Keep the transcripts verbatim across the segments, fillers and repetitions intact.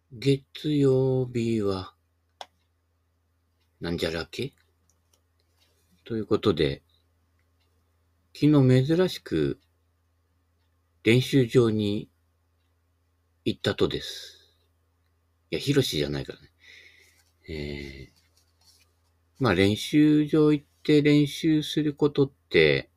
月曜日は、なんじゃらけということで、昨日珍しく練習場に行ったとです。いや、ヒロシじゃないからね。えー、まあ練習場行って練習することって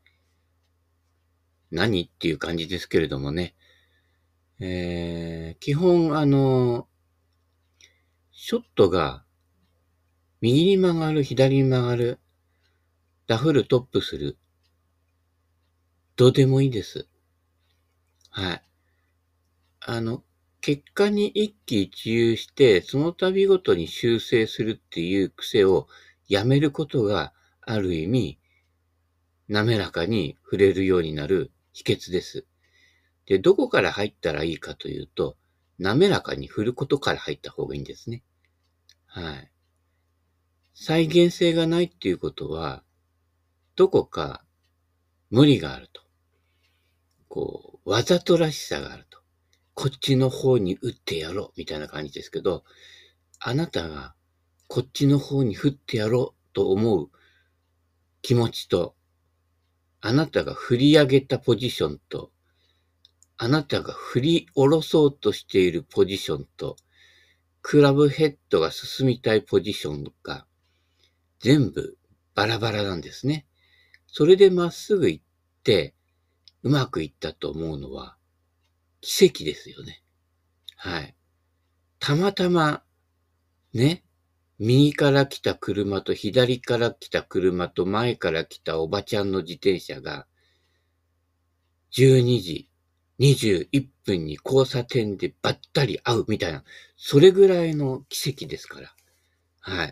何っていう感じですけれどもね。えー、基本あの、ショットが右に曲がる、左に曲がる、ダフルトップする、どうでもいいです。はい。あの、結果に一喜一憂して、その度ごとに修正するっていう癖をやめることがある意味、滑らかに振れるようになる秘訣です。で、どこから入ったらいいかというと、滑らかに振ることから入った方がいいんですね。はい。再現性がないっていうことは、どこか無理があると。こう、わざとらしさがあると。こっちの方に打ってやろうみたいな感じですけど、あなたがこっちの方に振ってやろうと思う気持ちと、あなたが振り上げたポジションと、あなたが振り下ろそうとしているポジションと、クラブヘッドが進みたいポジションが全部バラバラなんですね。それでまっすぐ行って、うまくいったと思うのは奇跡ですよね。はい。たまたま、ね、右から来た車と左から来た車と前から来たおばちゃんの自転車がじゅうにじにじゅういっぷんに交差点でばったり会うみたいな、それぐらいの奇跡ですから。はい。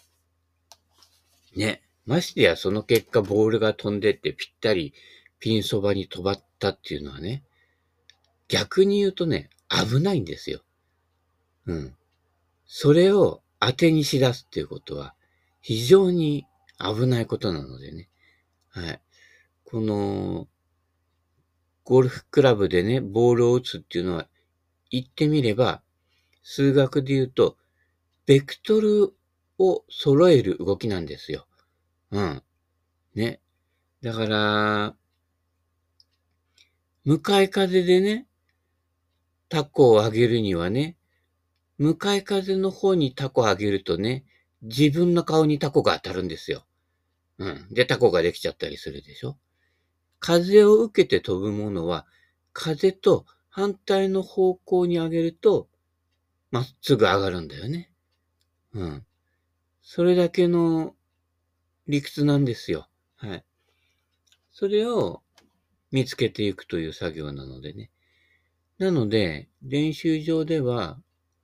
ね。ましてやその結果ボールが飛んでってぴったりピンそばに飛ばったっていうのはね、逆に言うとね、危ないんですよ。うん。それを当てにし出すっていうことは非常に危ないことなのでね。はい。この、ゴルフクラブでね、ボールを打つっていうのは、言ってみれば、数学で言うと、ベクトルを揃える動きなんですよ。うん。ね。だから、向かい風でね、タコを上げるにはね、向かい風の方にタコを上げるとね、自分の顔にタコが当たるんですよ。うん。で、タコができちゃったりするでしょ。風を受けて飛ぶものは、風と反対の方向に上げると、まっすぐ上がるんだよね。うん。それだけの理屈なんですよ。はい。それを見つけていくという作業なのでね。なので、練習場では、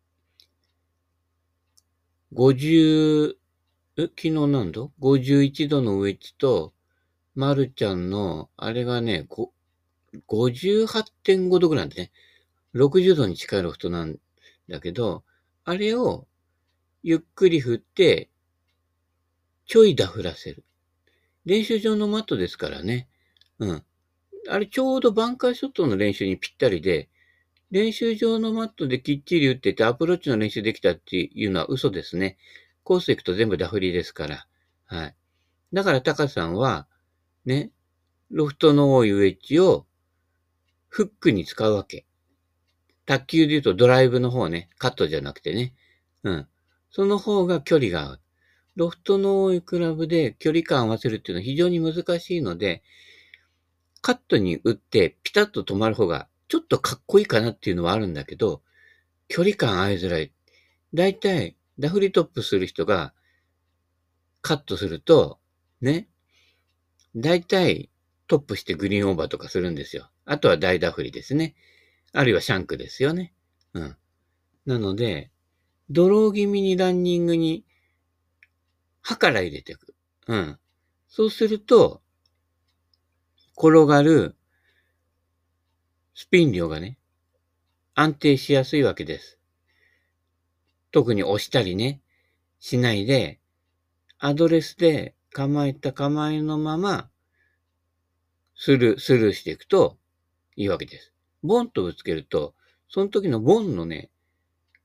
ごじゅう、え、昨日何度 ?ごじゅういち 度のウェッジと、まるちゃんの、あれがね、ごじゅうはちてんご 度ぐらいなんでね。ろくじゅうどに近いロフトなんだけど、あれをゆっくり振って、ちょいダフらせる。練習場のマットですからね。うん。あれちょうどバンカーショットの練習にぴったりで、練習場のマットできっちり打っててアプローチの練習できたっていうのは嘘ですね。コース行くと全部ダフリですから。はい。だからタカさんは、ね、ロフトの多いウェッジをフックに使うわけ。卓球で言うとドライブの方ね、カットじゃなくてね。うん。その方が距離が合う。ロフトの多いクラブで距離感合わせるっていうのは非常に難しいので、カットに打ってピタッと止まる方がちょっとかっこいいかなっていうのはあるんだけど、距離感合いづらい。だいたいダフリトップする人がカットすると、ね、だいたいトップしてグリーンオーバーとかするんですよ。あとは大ダフリですね。あるいはシャンクですよね。うん。なので、ドロー気味にランニングに刃から入れていく。うん。そうすると、転がるスピン量がね、安定しやすいわけです。特に押したりね、しないで、アドレスで構えた構えのまま、スルー、スルーしていくといいわけです。ボンとぶつけると、その時のボンのね、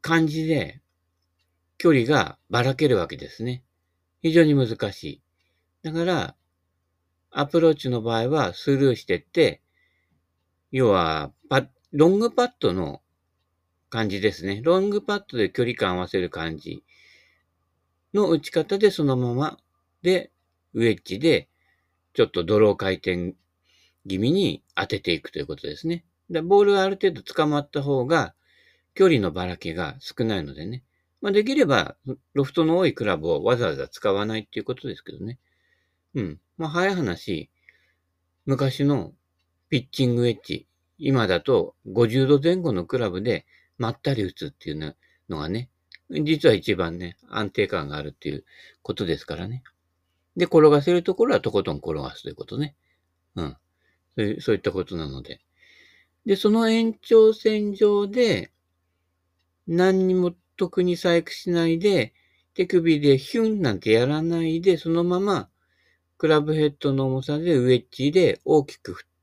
感じで距離がばらけるわけですね。非常に難しい。だから、アプローチの場合はスルーしてって、要はパ、ロングパットの感じですね。ロングパットで距離感合わせる感じの打ち方でそのままで、ウェッジで、ちょっとドロー回転気味に当てていくということですね。でボールがある程度捕まった方が、距離のばらけが少ないのでね。まあ、できれば、ロフトの多いクラブをわざわざ使わないっていうことですけどね。うん。まあ、早い話、昔のピッチングエッジ、今だとごじゅうどぜん後のクラブでまったり打つっていうのがね、実は一番ね、安定感があるっていうことですからね。で、転がせるところはとことん転がすということね。うん。そういう、そういったことなので。で、その延長線上で、何にも特に細工しないで、手首でヒュンなんてやらないで、そのまま、クラブヘッドの重さでウェッジで大きく振って、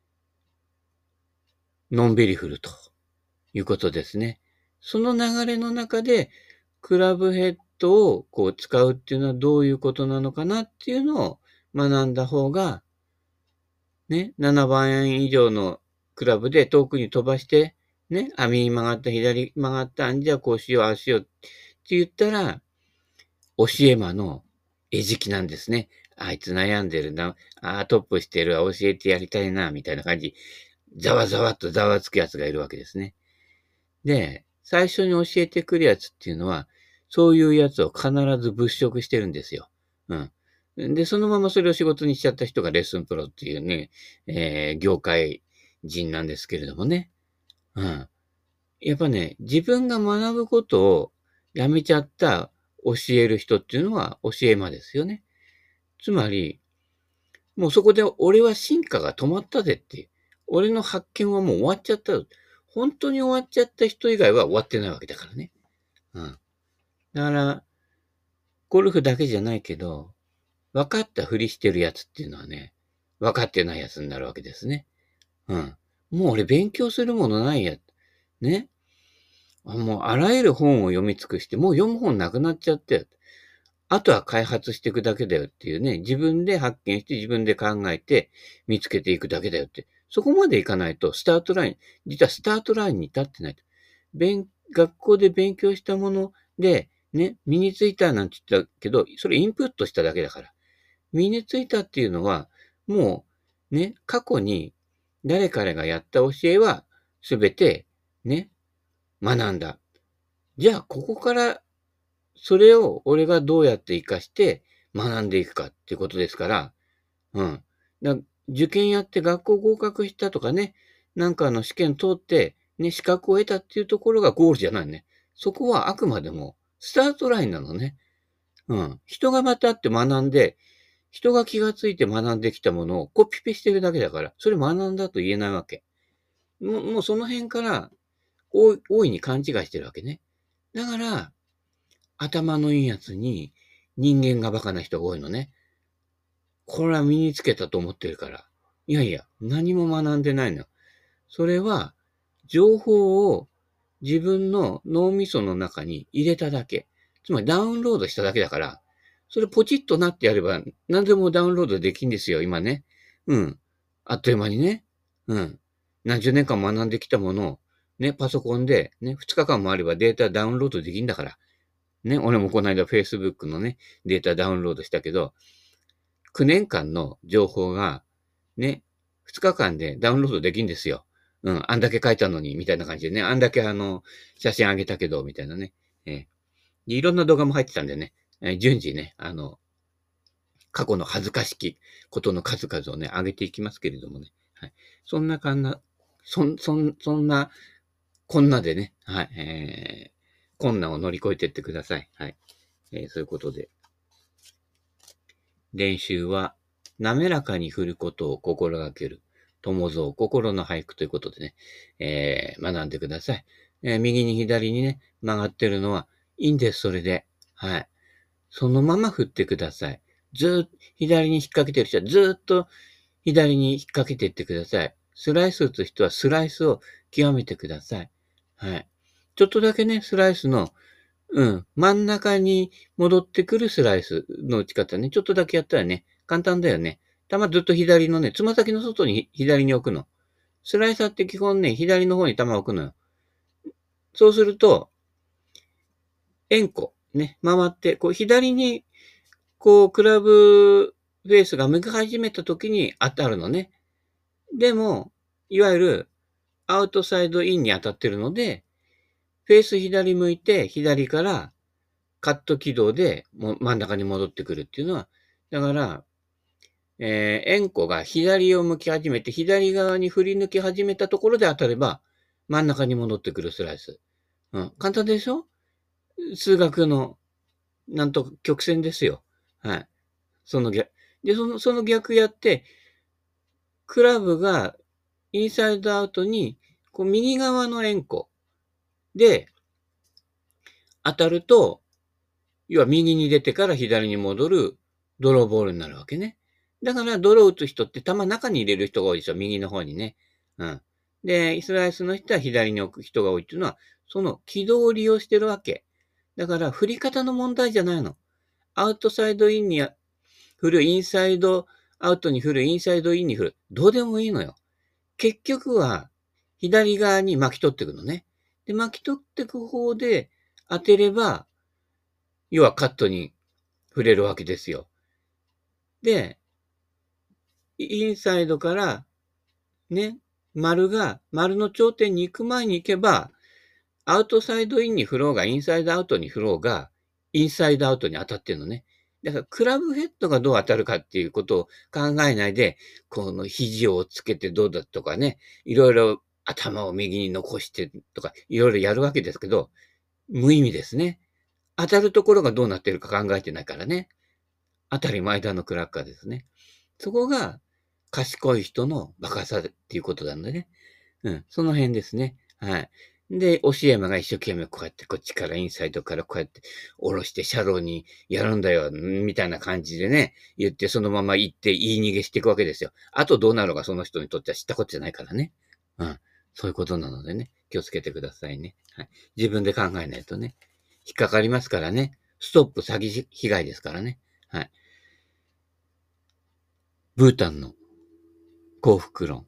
のんびり振るということですね。その流れの中で、クラブヘッドをこう使うっていうのはどういうことなのかなっていうのを学んだ方が、ね、ななばん以上のクラブで遠くに飛ばして、ね、あ、右曲がった、左曲がった、んじゃあこうしよう、ああしようって言ったら、教え魔の餌食なんですね。あいつ悩んでるな。ああ、トップしてるわ。教えてやりたいな。みたいな感じ。ざわざわっとざわつくやつがいるわけですね。で、最初に教えてくるやつっていうのは、そういうやつを必ず物色してるんですよ。うん。で、そのままそれを仕事にしちゃった人がレッスンプロっていうね、えー、業界人なんですけれどもね。うん。やっぱね、自分が学ぶことをやめちゃった教える人っていうのは教え魔ですよね。つまり、もうそこで俺は進化が止まったぜっていう。俺の発見はもう終わっちゃった。本当に終わっちゃった人以外は終わってないわけだからね。うん。だから、ゴルフだけじゃないけど、分かったふりしてるやつっていうのはね、分かってないやつになるわけですね。うん。もう俺勉強するものないや。ね。もうあらゆる本を読み尽くして、もう読む本なくなっちゃったよ。あとは開発していくだけだよっていうね、自分で発見して自分で考えて見つけていくだけだよって。そこまでいかないとスタートライン、実はスタートラインに立ってない。勉学校で勉強したもので、ね、身についたなんて言ったけど、それインプットしただけだから。身についたっていうのは、もうね、過去に誰彼がやった教えはすべてね、学んだ。じゃあ、ここからそれを俺がどうやって活かして学んでいくかっていうことですから、うん。だ受験やって学校合格したとかね、なんかの試験通って、ね、資格を得たっていうところがゴールじゃないね。そこはあくまでもスタートラインなのね。うん。人がまたって学んで、人が気がついて学んできたものをコピペしてるだけだから、それ学んだと言えないわけ。もう、もうその辺から大大いに勘違いしてるわけね。だから、頭のいいやつに人間がバカな人が多いのね。これは身につけたと思ってるから。いやいや、何も学んでないの。それは、情報を自分の脳みその中に入れただけ。つまりダウンロードしただけだから、それポチッとなってやれば何でもダウンロードできんですよ、今ね。うん。あっという間にね。うん。何十年間学んできたものを、ね、パソコンで、ね、二日間もあればデータダウンロードできんだから。ね、俺もこの間 Facebook のね、データダウンロードしたけど、きゅうねんかんの情報が、ね、ふつかかんでダウンロードできんですよ。うん、あんだけ書いたのに、みたいな感じでね、あんだけあの、写真あげたけど、みたいなね。えー、いろんな動画も入ってたんでね、えー、順次ね、あの、過去の恥ずかしきことの数々をね、上げていきますけれどもね。はい。そんなかんな、そん、そん、そんな、こんなでね、はい、えー、困難を乗り越えていってください。はい。えー、そういうことで。練習は、滑らかに振ることを心がける。友蔵心の俳句ということでね、えー、学んでください。えー、右に左にね、曲がってるのはいいんです、それで。はい。そのまま振ってください。ずーっと左に引っ掛けてる人はずーっと左に引っ掛けていってください。スライス打つ人はスライスを極めてください。はい。 ちょっとだけね、スライスの、うん、真ん中に戻ってくるスライスの打ち方ね、ちょっとだけやったらね、簡単だよね。球ずっと左のね、つま先の外に左に置くの。スライサーって基本ね、左の方に球を置くのよ。そうすると、円弧、ね、回って、こう左に、こう、クラブフェースが向き始めた時に当たるのね。でも、いわゆるアウトサイドインに当たってるので、フェース左向いて、左からカット軌道でも真ん中に戻ってくるっていうのは、だから、えー、円弧が左を向き始めて、左側に振り抜き始めたところで当たれば、真ん中に戻ってくるスライス。うん。簡単でしょ？数学の、なんと曲線ですよ。はい。その逆。で、その、その逆やって、クラブがインサイドアウトに、こう右側の円弧で当たると、要は右に出てから左に戻るドローボールになるわけね。だからドロー打つ人って球中に入れる人が多いでしょ。右の方にね。うん。で、スライスの人は左に置く人が多いっていうのは、その軌道を利用してるわけ。だから振り方の問題じゃないの。アウトサイドインに振る、インサイドアウトに振る、インサイドインに振る。どうでもいいのよ。結局は左側に巻き取っていくのね。で、巻き取っていく方で当てれば、要はカットに触れるわけですよ。で、インサイドからね、丸が、丸の頂点に行く前に行けば、アウトサイドインに振ろうが、インサイドアウトに振ろうが、インサイドアウトに当たってるのね。だから、クラブヘッドがどう当たるかっていうことを考えないで、この肘をつけてどうだとかね、いろいろ頭を右に残してとか、いろいろやるわけですけど、無意味ですね。当たるところがどうなってるか考えてないからね。当たり前だのクラッカーですね。そこが賢い人のバカさっていうことなんでね。うん。その辺ですね。はい。で、教え魔が一生懸命こうやってこっちからインサイドからこうやって下ろしてシャローにやるんだよ、みたいな感じでね、言ってそのまま行って言い逃げしていくわけですよ。あとどうなるかその人にとっては知ったことじゃないからね。うん。そういうことなのでね、気をつけてくださいね。はい。自分で考えないとね、引っかかりますからね。ストップ詐欺被害ですからね。はい。ブータンの幸福論。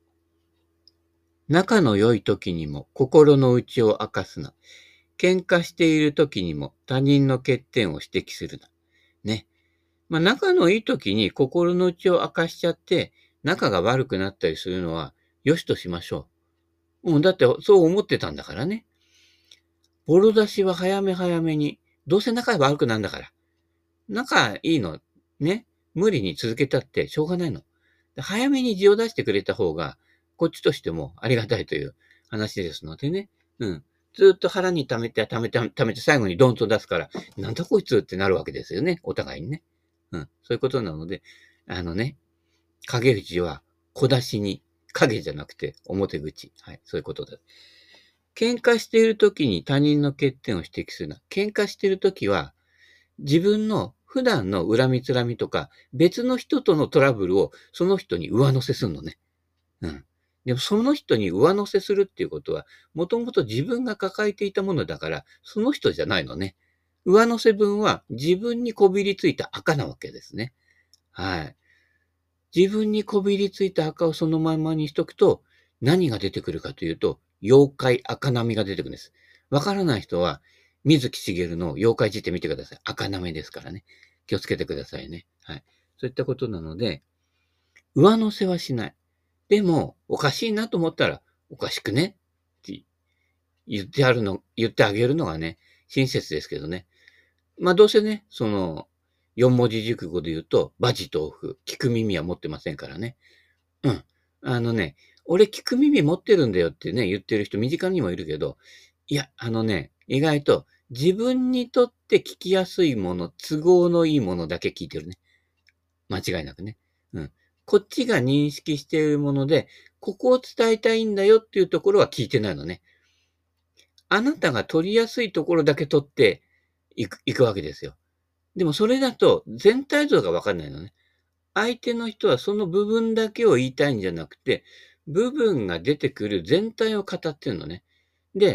仲の良い時にも心の内を明かすな。喧嘩している時にも他人の欠点を指摘するな。ね。まあ、仲のいい時に心の内を明かしちゃって、仲が悪くなったりするのは、良しとしましょう。うん、だってそう思ってたんだからね。ボロ出しは早め早めに。どうせ仲悪くなんだから。仲いいの、ね。無理に続けたってしょうがないの。早めに字を出してくれた方が、こっちとしてもありがたいという話ですのでね。うん。ずっと腹に溜めて、溜めて、溜めて、最後にドンと出すから、なんだこいつってなるわけですよね。お互いにね。うん。そういうことなので、あのね、影口は小出しに、影じゃなくて表口。はい。そういうことだ。喧嘩している時に他人の欠点を指摘するな。喧嘩している時は、自分の普段の恨みつらみとか、別の人とのトラブルをその人に上乗せするのね。うん。でもその人に上乗せするっていうことは、もともと自分が抱えていたものだから、その人じゃないのね。上乗せ分は自分にこびりついた赤なわけですね。はい。自分にこびりついた赤をそのままにしとくと、何が出てくるかというと、妖怪赤波が出てくるんです。わからない人は、水木しげるの妖怪辞典見てください。赤波ですからね。気をつけてくださいね。はい。そういったことなので、上乗せはしない。でも、おかしいなと思ったら、おかしくねって言ってあるの、言ってあげるのがね、親切ですけどね。まあどうせね、その、四文字熟語で言うと、バジ豆腐、聞く耳は持ってませんからね。うん。あのね、俺聞く耳持ってるんだよってね、言ってる人身近にもいるけど、いや、あのね、意外と自分にとって聞きやすいもの、都合のいいものだけ聞いてるね。間違いなくね。うん。こっちが認識しているもので、ここを伝えたいんだよっていうところは聞いてないのね。あなたが取りやすいところだけ取っていく、いくわけですよ。でもそれだと全体像がわかんないのね。相手の人はその部分だけを言いたいんじゃなくて、部分が出てくる全体を語ってるのね。で、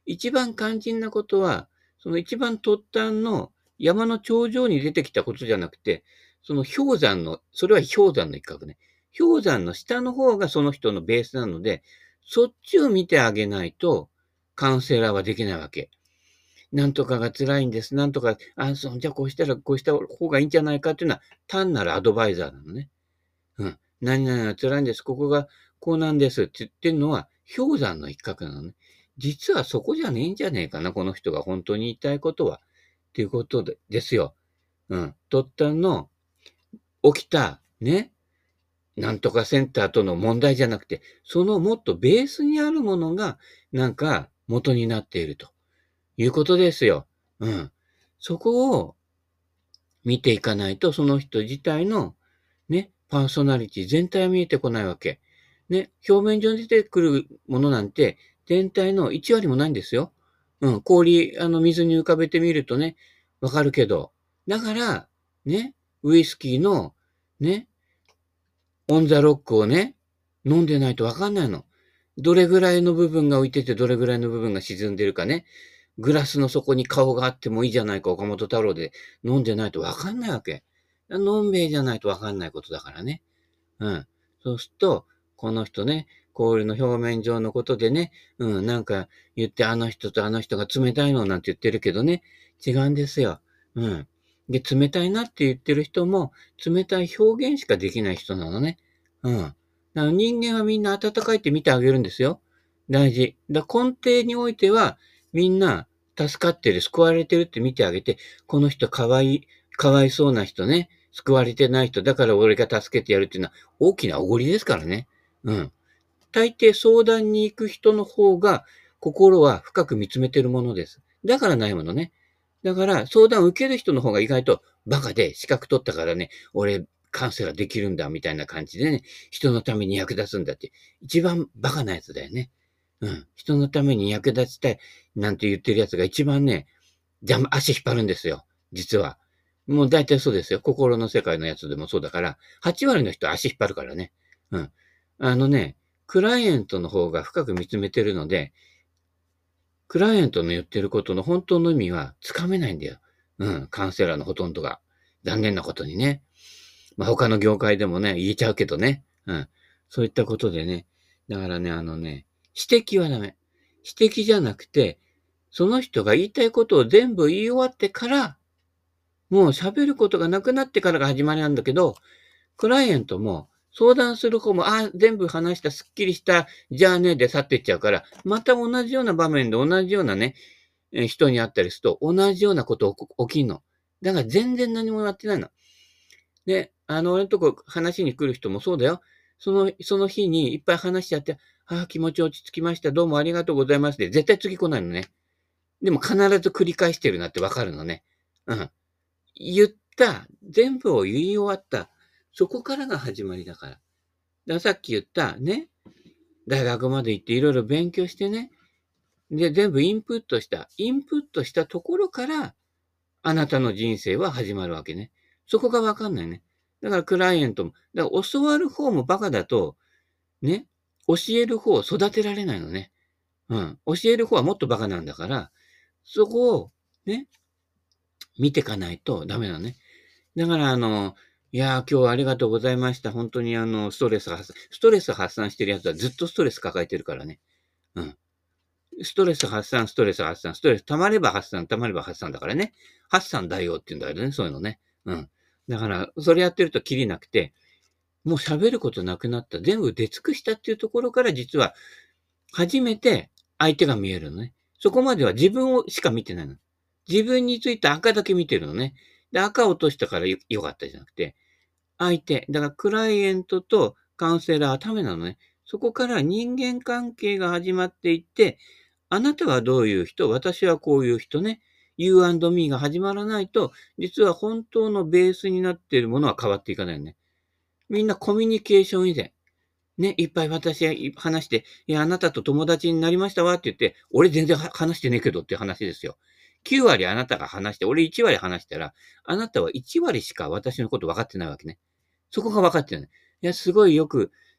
一番肝心なことは、その一番突端の山の頂上に出てきたことじゃなくて、その氷山の、それは氷山の一角ね。氷山の下の方がその人のベースなので、そっちを見てあげないと、カウンセラーはできないわけ。なんとかが辛いんです。なんとか、あ、そう、じゃあこうしたらこうした方がいいんじゃないかっていうのは単なるアドバイザーなのね。うん。何々が辛いんです。ここがこうなんですって言ってるのは氷山の一角なのね。実はそこじゃねえんじゃねえかな、この人が本当に言いたいことは。っていうことでですよ。うん。突端の起きた、ね、なんとかセンターとの問題じゃなくて、そのもっとベースにあるものが、なんか元になっているということですよ。うん。そこを見ていかないと、その人自体のね、パーソナリティ全体は見えてこないわけ。ね、表面上に出てくるものなんて、全体のいち割もないんですよ。うん、氷、あの、水に浮かべてみるとね、わかるけど。だから、ね、ウイスキーの、ね、オンザロックをね、飲んでないとわかんないの。どれぐらいの部分が浮いてて、どれぐらいの部分が沈んでるかね。グラスの底に顔があってもいいじゃないか、岡本太郎で飲んでないとわかんないわけ。のんべえじゃないとわかんないことだからね。うん。そうすると、この人ね、氷の表面上のことでね、うん、なんか言って、あの人とあの人が冷たいのなんて言ってるけどね、違うんですよ。うん。で、冷たいなって言ってる人も、冷たい表現しかできない人なのね。うん。だから人間はみんな温かいって見てあげるんですよ。大事。だから根底においては、みんな助かってる、救われてるって見てあげて、この人かわいい、かわいそうな人ね、救われてない人、だから俺が助けてやるっていうのは大きなおごりですからね。うん。大抵相談に行く人の方が心は深く見つめてるものです。だから悩むのね。だから相談を受ける人の方が意外とバカで資格取ったからね、俺カウンセラーできるんだみたいな感じでね、人のために役立つんだって、一番バカなやつだよね。うん。人のために役立ちたいなんて言ってるやつが一番ね、邪魔、足引っ張るんですよ。実は。もう大体そうですよ。心の世界のやつでもそうだから、はち割の人は足引っ張るからね。うん。あのね、クライアントの方が深く見つめてるので、クライアントの言ってることの本当の意味はつかめないんだよ。うん。カウンセラーのほとんどが。残念なことにね。まあ、他の業界でもね、言えちゃうけどね。うん。そういったことでね。だからね、あのね、指摘はダメ。指摘じゃなくて、その人が言いたいことを全部言い終わってから、もう喋ることがなくなってからが始まりなんだけど、クライアントも相談する方も、あ、全部話した、すっきりした、じゃあね、で去っていっちゃうから、また同じような場面で同じようなね、え人に会ったりすると、同じようなこと起きんの。だから全然何もやってないの。で、あの、俺のとこ話に来る人もそうだよ。その、その日にいっぱい話しちゃって、ああ、気持ち落ち着きました。どうもありがとうございます。で、絶対次来ないのね。でも必ず繰り返してるなってわかるのね。うん。言った、全部を言い終わった、そこからが始まりだから。だからさっき言った、ね、大学まで行っていろいろ勉強してね、で、全部インプットした、インプットしたところから、あなたの人生は始まるわけね。そこがわかんないね。だからクライアントも、だから教わる方もバカだと、ね、教える方を育てられないのね。うん。教える方はもっとバカなんだから、そこを、ね、見てかないとダメなのね。だから、あの、いやー、今日はありがとうございました。本当にあの、ストレス発散、ストレス発散してるやつはずっとストレス抱えてるからね。うん。ストレス発散、ストレス発散、ストレス溜まれば発散、溜まれば発散だからね。発散だよって言うんだけどね、そういうのね。うん。だから、それやってるとキリなくて、もう喋ることなくなった。全部出尽くしたっていうところから実は、初めて相手が見えるのね。そこまでは自分をしか見てないの。自分についた赤だけ見てるのね。で、赤を落としたからよよかったじゃなくて、相手、だからクライアントとカウンセラーはためなのね。そこから人間関係が始まっていって、あなたはどういう人、私はこういう人ね。ユーアンドミー が始まらないと、実は本当のベースになっているものは変わっていかないよね。みんなコミュニケーション以前。ね、いっぱい私が話して、いや、あなたと友達になりましたわって言って、俺全然話してねえけどっていう話ですよ。きゅう割あなたが話して、俺いち割話したら、あなたはいち割しか私のこと分かってないわけね。そこが分かってない。いや、すごいよく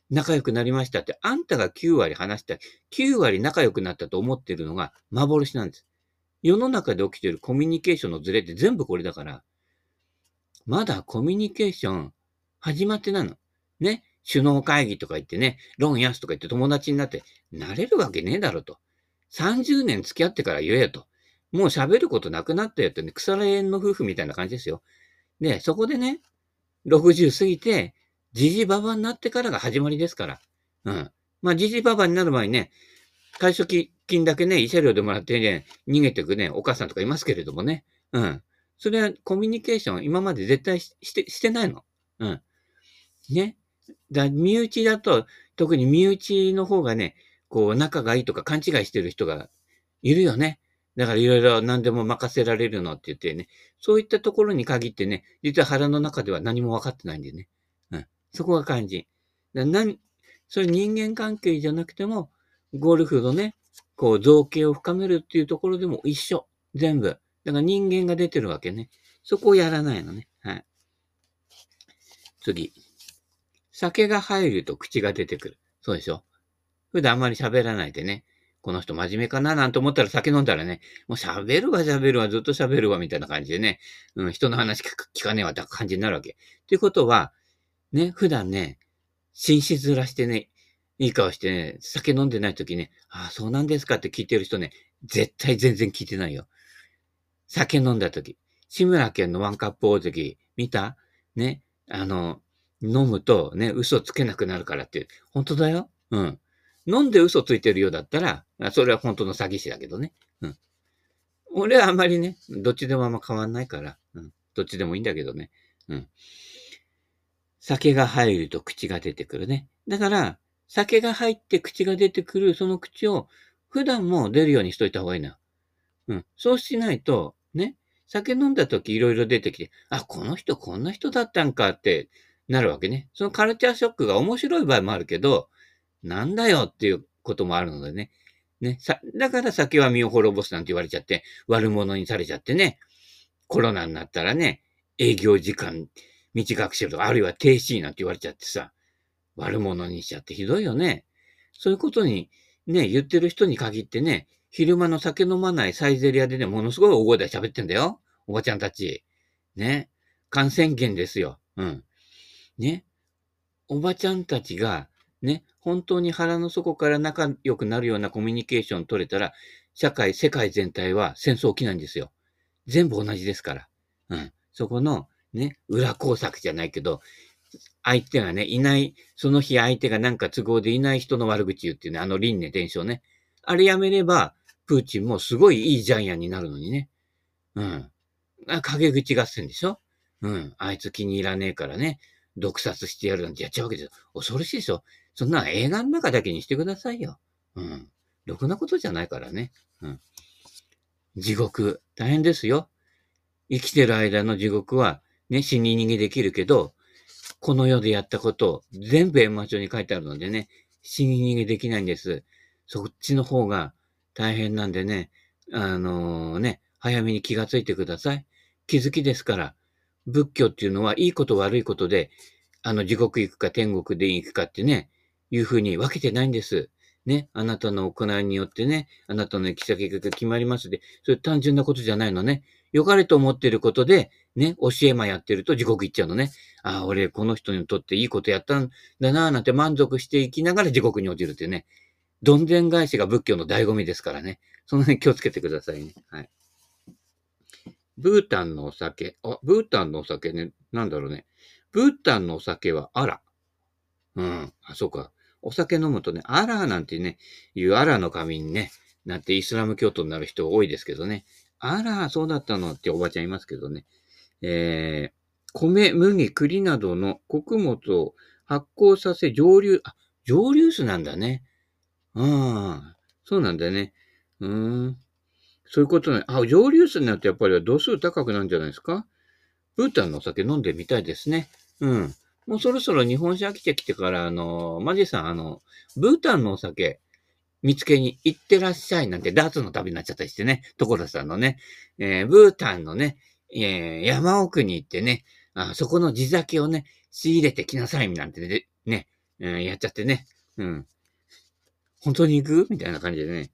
仲良くなりましたって、あんたがきゅうわり話した、きゅうわり仲良くなったと思ってるのが幻なんです。世の中で起きているコミュニケーションのズレって全部これだから、まだコミュニケーション始まってないの。ね。首脳会議とか言ってね、ロンヤスとか言って友達になって、なれるわけねえだろと。さんじゅうねん付き合ってから言えよと。もう喋ることなくなったよってね、腐れ縁の夫婦みたいな感じですよ。で、そこでね、ろくじゅう過ぎて、じじばばになってからが始まりですから。うん。まあ、じじばばになる前にね、退職金だけね、慰謝料でもらってね、逃げてくね、お母さんとかいますけれどもね。うん。それはコミュニケーション、今まで絶対しして、してないの。うん。ね。だ身内だと、特に身内の方がね、こう、仲がいいとか勘違いしてる人がいるよね。だからいろいろ何でも任せられるのって言ってね、そういったところに限ってね、実は腹の中では何も分かってないんでね。うん。そこが肝心。だなん、それ人間関係じゃなくても、ゴルフのね、こう、造形を深めるっていうところでも一緒。全部。だから人間が出てるわけね。そこをやらないのね。はい。次。酒が入ると口が出てくる。そうでしょ？普段あんまり喋らないでね。この人真面目かななんて思ったら酒飲んだらね、もう喋るわ喋るわずっと喋るわみたいな感じでね、うん、人の話聞く聞かねえわって感じになるわけ。ということは、ね、普段ね、紳士面してね、いい顔してね、酒飲んでない時ね、ああ、そうなんですかって聞いてる人ね、絶対全然聞いてないよ。酒飲んだ時。志村けんのワンカップ大関、見たね。あの、飲むとね、嘘つけなくなるからって。本当だよ。うん。飲んで嘘ついてるようだったら、それは本当の詐欺師だけどね。うん。俺はあんまりね、どっちでもあんま変わんないから。うん。どっちでもいいんだけどね。うん。酒が入ると口が出てくるね。だから、酒が入って口が出てくる、その口を普段も出るようにしといた方がいいのよ。うん。そうしないと、ね、酒飲んだ時いろいろ出てきて、あ、この人こんな人だったんかってなるわけね。そのカルチャーショックが面白い場合もあるけど、なんだよっていうこともあるのでね。ね、さ、だから酒は身を滅ぼすなんて言われちゃって、悪者にされちゃってね、コロナになったらね、営業時間短くしろとか、あるいは停止なんて言われちゃってさ、悪者にしちゃってひどいよね。そういうことにね、言ってる人に限ってね、昼間の酒飲まないサイゼリアでね、ものすごい大声で喋ってんだよ。おばちゃんたち。ね。感染源ですよ。うん。ね。おばちゃんたちが、ね、本当に腹の底から仲良くなるようなコミュニケーション取れたら、社会、世界全体は戦争起きないんですよ。全部同じですから。うん。そこの、ね、裏工作じゃないけど、相手がね、いない、その日相手がなんか都合でいない人の悪口言うっていうね、あの輪廻伝承ね。あれやめれば、プーチンもすごいいいジャイアンになるのにね。うん。あ陰口合戦でしょ？うん。あいつ気に入らねえからね、毒殺してやるなんてやっちゃうわけですよ。恐ろしいでしょ？そんな映画の中だけにしてくださいよ。うん。ろくなことじゃないからね。うん。地獄、大変ですよ。生きてる間の地獄は、ね、死に逃げできるけど、この世でやったことを全部閻魔帳に書いてあるのでね、死に逃げできないんです。そっちの方が大変なんでね、あのー、ね、早めに気がついてください。気づきですから、仏教っていうのはいいこと悪いことで、あの地獄行くか天国で行くかってね、いうふうに分けてないんです。ね、あなたの行いによってね、あなたの行き先が決まりますで、それ単純なことじゃないのね。良かれと思っていることで、ね、教えまやってると地獄行っちゃうのね。ああ、俺、この人にとっていいことやったんだなぁなんて満足していきながら地獄に落ちるっていうね。どんでん返しが仏教の醍醐味ですからね。その辺気をつけてくださいね。はい。ブータンのお酒。あ、ブータンのお酒ね。なんだろうね。ブータンのお酒はアラ。うん。あ、そうか。お酒飲むとね、アラーなんてね、いうアラの神にね、なってイスラム教徒になる人多いですけどね。あら、そうだったのっておばちゃんいますけどね。えー、米、麦、栗などの穀物を発酵させ蒸留、あ、蒸留酒なんだね。ああ、そうなんだね。うーん。そういうことね。あ、蒸留酒になってやっぱり度数高くなるんじゃないですか？ブータンのお酒飲んでみたいですね。うん。もうそろそろ日本酒飽きてきてから、あの、マジさん、あの、ブータンのお酒、見つけに行ってらっしゃいなんてダーツの旅になっちゃったりしてね、所さんのね、えー、ブータンのね、えー、山奥に行ってね、あそこの地酒をね、仕入れてきなさいなんてね、ねうん、やっちゃってね。うん。本当に行くみたいな感じでね。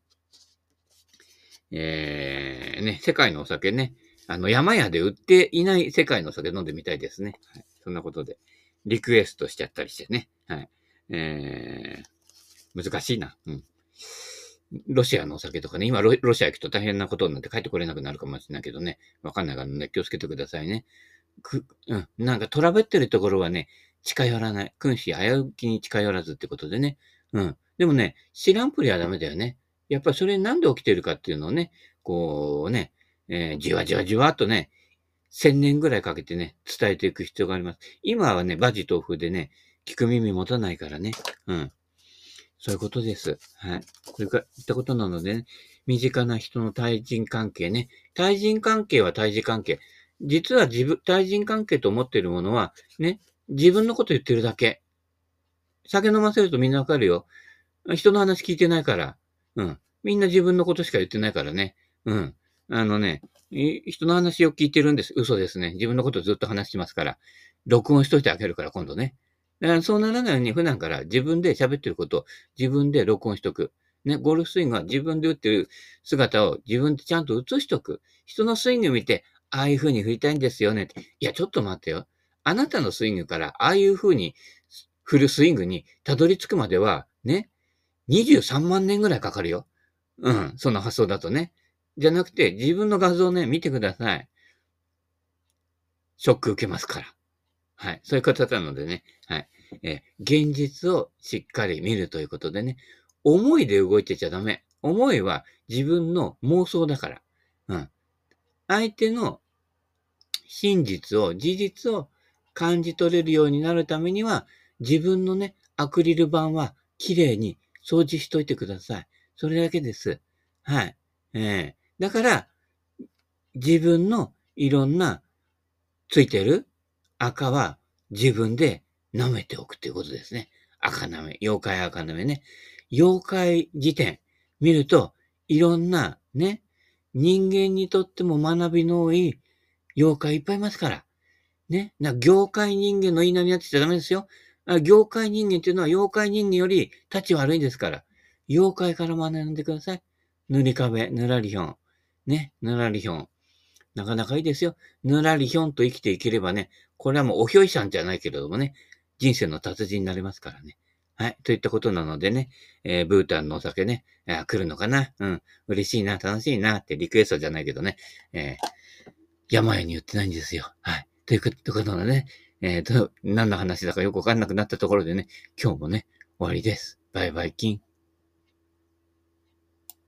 えー、ね、世界のお酒ね。あの、山屋で売っていない世界のお酒飲んでみたいですね。はい。そんなことで、リクエストしちゃったりしてね。はい。えー、難しいな。うん。ロシアのお酒とかね、今ロ、ロシア行くと大変なことになって帰ってこれなくなるかもしれないけどね。わかんないからね、気をつけてくださいね。く、うん。なんかトラブってるところはね、近寄らない。君子危うきに近寄らずってことでね。うん。でもね、知らんぷりはダメだよね。やっぱりそれなんで起きてるかっていうのをね、こうね、えーじわじわじわっとね、千年ぐらいかけてね、伝えていく必要があります。今はね、バジ豆腐でね、聞く耳持たないからね。うん。そういうことです。はい。これか、言ったことなのでね、身近な人の対人関係ね。対人関係は対人関係。実は自分、対人関係と思っているものは、ね、自分のこと言ってるだけ。酒飲ませるとみんなわかるよ。人の話聞いてないから。うん。みんな自分のことしか言ってないからね。うん。あのね、人の話を聞いてるんです。嘘ですね。自分のことずっと話してますから。録音しといてあげるから、今度ね。だからそうならないように、普段から自分で喋ってることを自分で録音しとく。ね、ゴルフスイングは自分で打ってる姿を自分でちゃんと映しとく。人のスイング見て、ああいう風に振りたいんですよねって。いや、ちょっと待ってよ。あなたのスイングから、ああいう風に振るスイングにたどり着くまでは、ね、にじゅうさんまん年ぐらいかかるよ。うん、その発想だとね。じゃなくて、自分の画像ね、見てください。ショック受けますから。はい。そういう方なのでね。はい。えー現実をしっかり見るということでね。思いで動いてちゃダメ。思いは自分の妄想だから。うん。相手の真実を、事実を感じ取れるようになるためには、自分のね、アクリル板はきれいに掃除しといてください。それだけです。はい。ええだから、自分のいろんなついてる赤は自分で舐めておくっていうことですね。赤舐め、妖怪赤舐めね。妖怪辞典見ると、いろんなね、人間にとっても学びの多い妖怪いっぱいいますから。ね。な、業界人間の言いなりになってちゃダメですよ。あ業界人間っていうのは妖怪人間より立ち悪いんですから。妖怪から学んでください。塗り壁、ぬらりひょん。ね。ぬらりひょん。なかなかいいですよ。ぬらりひょんと生きていければね、これはもうおひょいさんじゃないけれどもね、人生の達人になれますからね。はい。といったことなのでね、えー、ブータンのお酒ね、あ来るのかなうん。嬉しいな、楽しいなってリクエストじゃないけどね、えー、山屋に言ってないんですよ。はい。ということでね、えっ、と、何の話だかよくわかんなくなったところでね、今日もね、終わりです。バイバイキン。